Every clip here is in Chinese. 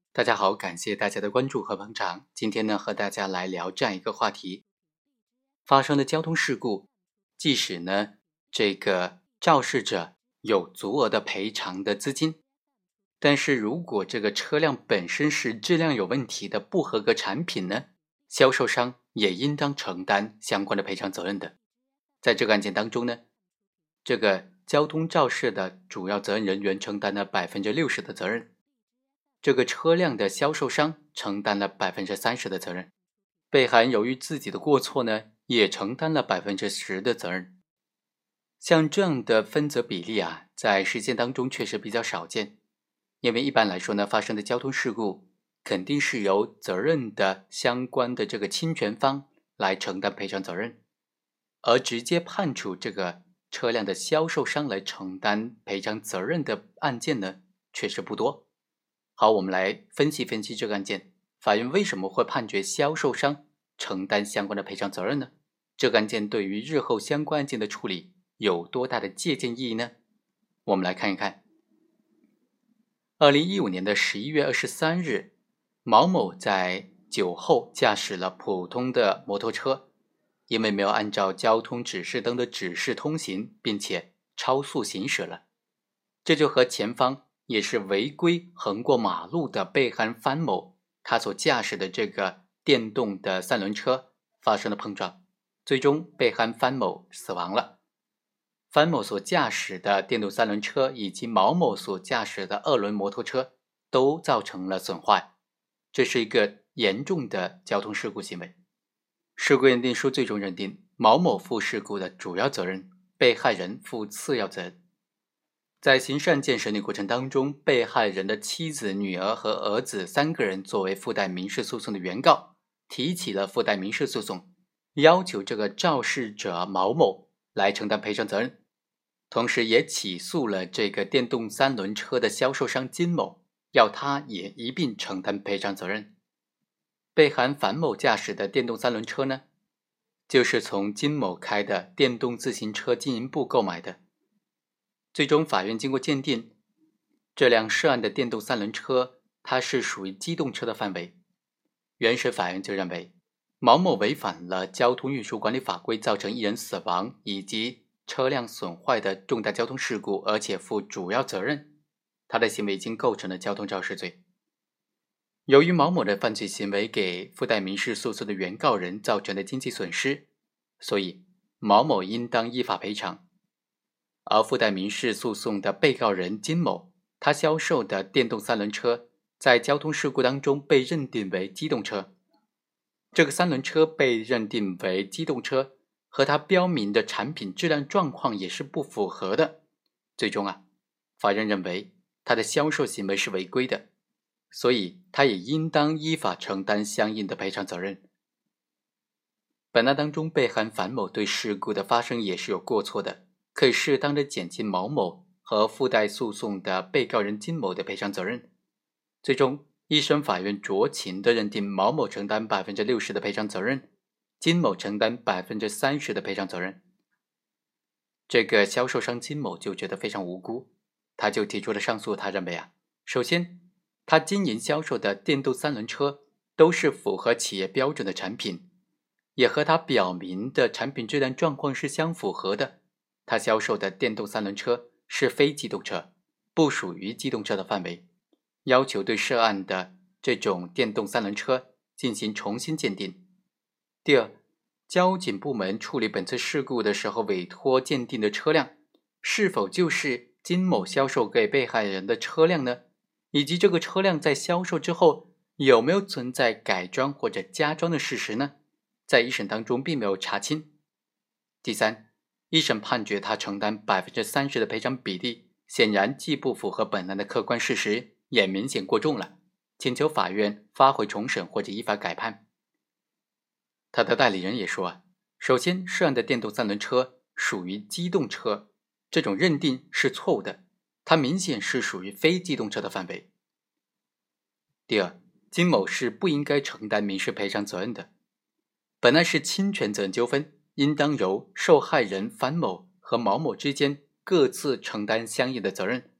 大家好，感谢大家的关注和捧场。今天呢，和大家来聊这样一个话题：发生的交通事故，即使呢这个肇事者有足额的赔偿的资金，但是如果这个车辆本身是质量有问题的不合格产品呢，销售商也应当承担相关的赔偿责任的。在这个案件当中呢，这个交通肇事的主要责任人员承担了60%的责任。这个车辆的销售商承担了30%的责任，被害人由于自己的过错呢，也承担了10%的责任。像这样的分责比例啊，在实践当中确实比较少见，因为一般来说呢，发生的交通事故肯定是由责任的相关的这个侵权方来承担赔偿责任，而直接判处这个车辆的销售商来承担赔偿责任的案件呢，确实不多。好，我们来分析分析这个案件，法院为什么会判决销售商承担相关的赔偿责任呢？这个案件对于日后相关案件的处理有多大的借鉴意义呢？我们来看一看。2015年的11月23日，毛某在酒后驾驶了普通的摩托车，因为没有按照交通指示灯的指示通行，并且超速行驶了，这就和前方也是违规横过马路的被害人樊某，他所驾驶的这个电动的三轮车发生了碰撞，最终被害人樊某死亡了。樊某所驾驶的电动三轮车以及毛某所驾驶的二轮摩托车都造成了损坏，这是一个严重的交通事故行为。事故认定书最终认定毛某负事故的主要责任，被害人负次要责任。在刑事案件审理过程当中，被害人的妻子、女儿和儿子3个人作为附带民事诉讼的原告，提起了附带民事诉讼，要求这个肇事者毛某来承担赔偿责任，同时也起诉了这个电动三轮车的销售商金某，要他也一并承担赔偿责任。被害人樊某驾驶的电动三轮车呢，就是从金某开的电动自行车经营部购买的。最终法院经过鉴定，这辆涉案的电动三轮车它是属于机动车的范围。原审法院就认为毛某违反了交通运输管理法规，造成1人死亡以及车辆损坏的重大交通事故，而且负主要责任，他的行为已经构成了交通肇事罪。由于毛某的犯罪行为给附带民事诉讼的原告人造成的经济损失，所以毛某应当依法赔偿。而附带民事诉讼的被告人金某，他销售的电动三轮车在交通事故当中被认定为机动车，这个三轮车被认定为机动车和他标明的产品质量状况也是不符合的，最终法院认为他的销售行为是违规的，所以他也应当依法承担相应的赔偿责任。本案当中，被害人樊某对事故的发生也是有过错的，可以适当的减轻毛某和附带诉讼的被告人金某的赔偿责任。最终，一审法院酌情的认定毛某承担60%的赔偿责任，金某承担30%的赔偿责任。这个销售商金某就觉得非常无辜，他就提出了上诉。他认为首先，他经营销售的电动三轮车都是符合企业标准的产品，也和他表明的产品质量状况是相符合的。他销售的电动三轮车是非机动车，不属于机动车的范围，要求对涉案的这种电动三轮车进行重新鉴定。第二，交警部门处理本次事故的时候委托鉴定的车辆是否就是金某销售给被害人的车辆呢？以及这个车辆在销售之后有没有存在改装或者加装的事实呢？在一审当中并没有查清。第三，一审判决他承担30%的赔偿比例，显然既不符合本案的客观事实，也明显过重了，请求法院发回重审或者依法改判。他的代理人也说首先，涉案的电动三轮车属于机动车，这种认定是错误的，它明显是属于非机动车的范围。第二，金某是不应该承担民事赔偿责任的，本案是侵权责任纠纷，应当由受害人樊某和毛某之间各自承担相应的责任。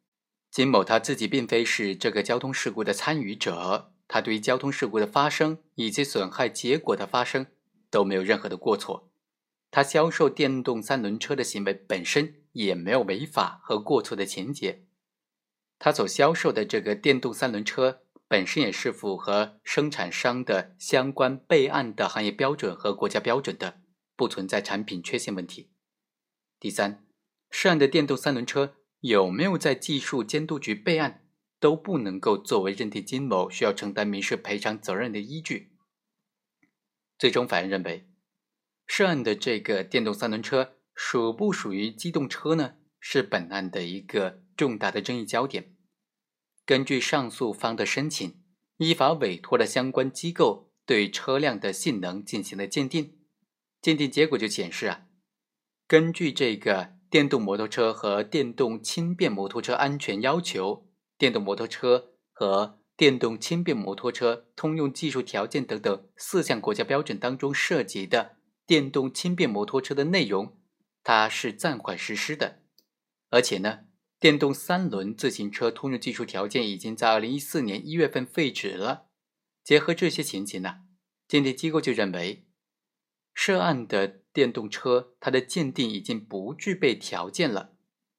金某他自己并非是这个交通事故的参与者，他对于交通事故的发生以及损害结果的发生都没有任何的过错。他销售电动三轮车的行为本身也没有违法和过错的情节。他所销售的这个电动三轮车本身也是符合生产商的相关备案的行业标准和国家标准的，不存在产品缺陷问题。第三，涉案的电动三轮车有没有在技术监督局备案，都不能够作为认定金某需要承担民事赔偿责任的依据。最终法院认为，涉案的这个电动三轮车属不属于机动车呢，是本案的一个重大的争议焦点。根据上诉方的申请，依法委托了相关机构对车辆的性能进行了鉴定，鉴定结果就显示根据这个电动摩托车和电动轻便摩托车安全要求、电动摩托车和电动轻便摩托车通用技术条件等等4项国家标准当中涉及的电动轻便摩托车的内容，它是暂缓实施的。而且呢，电动三轮自行车通用技术条件已经在2014年1月份废止了。结合这些情形呢，鉴定机构就认为，涉案的电动车它的鉴定已经不具备条件了。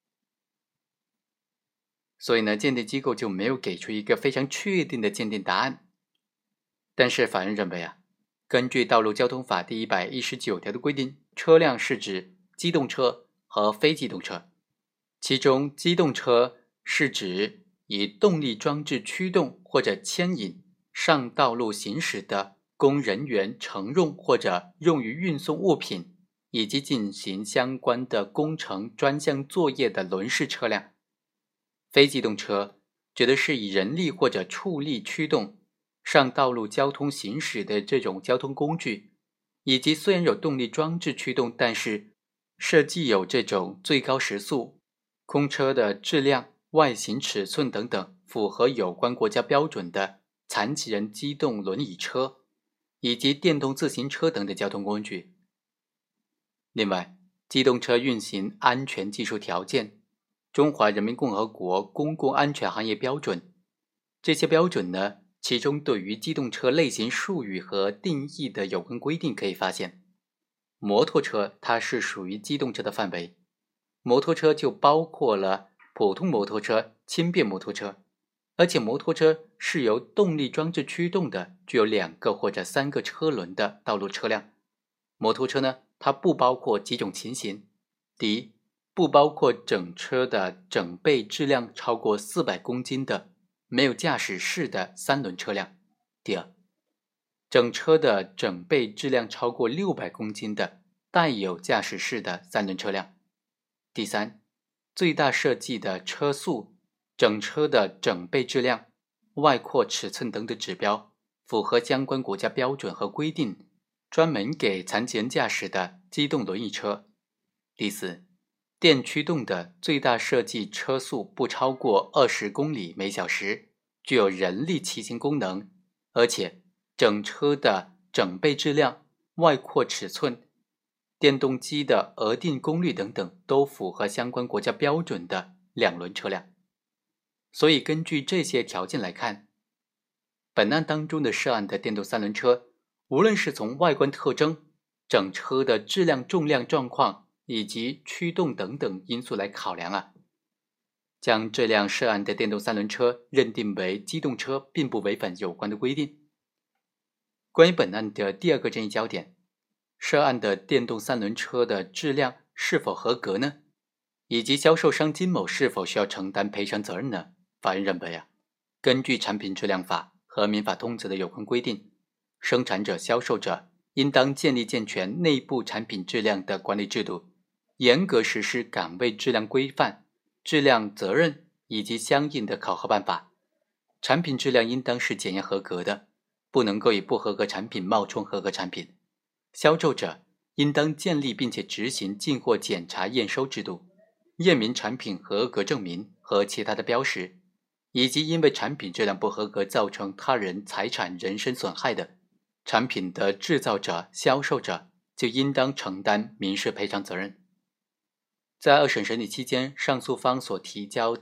所以呢，鉴定机构就没有给出一个非常确定的鉴定答案。但是法院认为根据道路交通法第119条的规定，车辆是指机动车和非机动车，其中机动车是指以动力装置驱动或者牵引上道路行驶的供人员乘用或者用于运送物品以及进行相关的工程专项作业的轮式车辆。非机动车指的是以人力或者畜力驱动上道路交通行驶的这种交通工具，以及虽然有动力装置驱动，但是设计有这种最高时速、空车的质量、外形尺寸等等符合有关国家标准的残疾人机动轮椅车以及电动自行车等的交通工具。另外，机动车运行安全技术条件、中华人民共和国公共安全行业标准，这些标准呢，其中对于机动车类型术语和定义的有关规定可以发现，摩托车它是属于机动车的范围，摩托车就包括了普通摩托车、轻便摩托车，而且摩托车是由动力装置驱动的，具有2个或者3个车轮的道路车辆。摩托车呢，它不包括几种情形。第一，不包括整车的整备质量超过400公斤的没有驾驶室的3轮车辆。第二，整车的整备质量超过600公斤的带有驾驶室的3轮车辆。第三，最大设计的车速、整车的整备质量、外扩尺寸等的指标符合相关国家标准和规定，专门给残疾人驾驶的机动轮椅车。第四，电驱动的最大设计车速不超过20公里每小时，具有人力骑行功能，而且整车的整备质量、外扩尺寸、电动机的额定功率等等都符合相关国家标准的2轮车辆。所以根据这些条件来看，本案当中的涉案的电动三轮车，无论是从外观特征、整车的质量重量状况以及驱动等等因素来考量将这辆涉案的电动三轮车认定为机动车，并不违反有关的规定。关于本案的第二个争议焦点，涉案的电动三轮车的质量是否合格呢？以及销售商金某是否需要承担赔偿责任呢？法院认为根据产品质量法和民法通则的有关规定，生产者、销售者应当建立健全内部产品质量的管理制度，严格实施岗位质量规范、质量责任以及相应的考核办法。产品质量应当是检验合格的，不能够以不合格产品冒充合格产品。销售者应当建立并且执行进货检查验收制度，验明产品合格证明和其他的标识，以及因为产品质量不合格造成他人财产、人身损害的，产品的制造者、销售者就应当承担民事赔偿责任。在二审审理期间，上诉方所提交的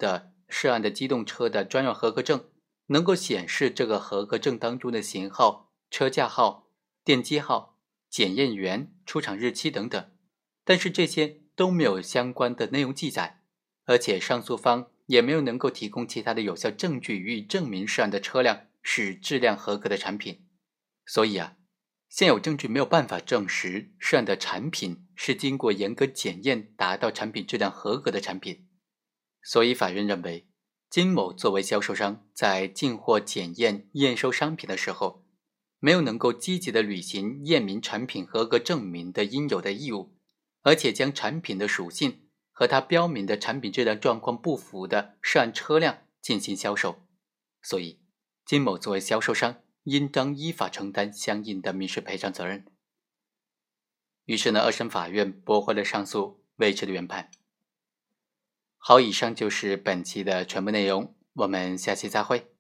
涉案的机动车的专用合格证能够显示这个合格证当中的型号、车架号、电机号、检验员、出厂日期等等，但是这些都没有相关的内容记载，而且上诉方也没有能够提供其他的有效证据予以证明涉案的车辆是质量合格的产品。所以现有证据没有办法证实涉案的产品是经过严格检验达到产品质量合格的产品。所以法院认为，金某作为销售商在进货、检验、验收商品的时候，没有能够积极地履行验明产品合格证明的应有的义务，而且将产品的属性和它标明的产品质量状况不符的涉案车辆进行销售，所以金某作为销售商应当依法承担相应的民事赔偿责任。于是二审法院驳回了上诉，维持了原判。好，以上就是本期的全部内容，我们下期再会。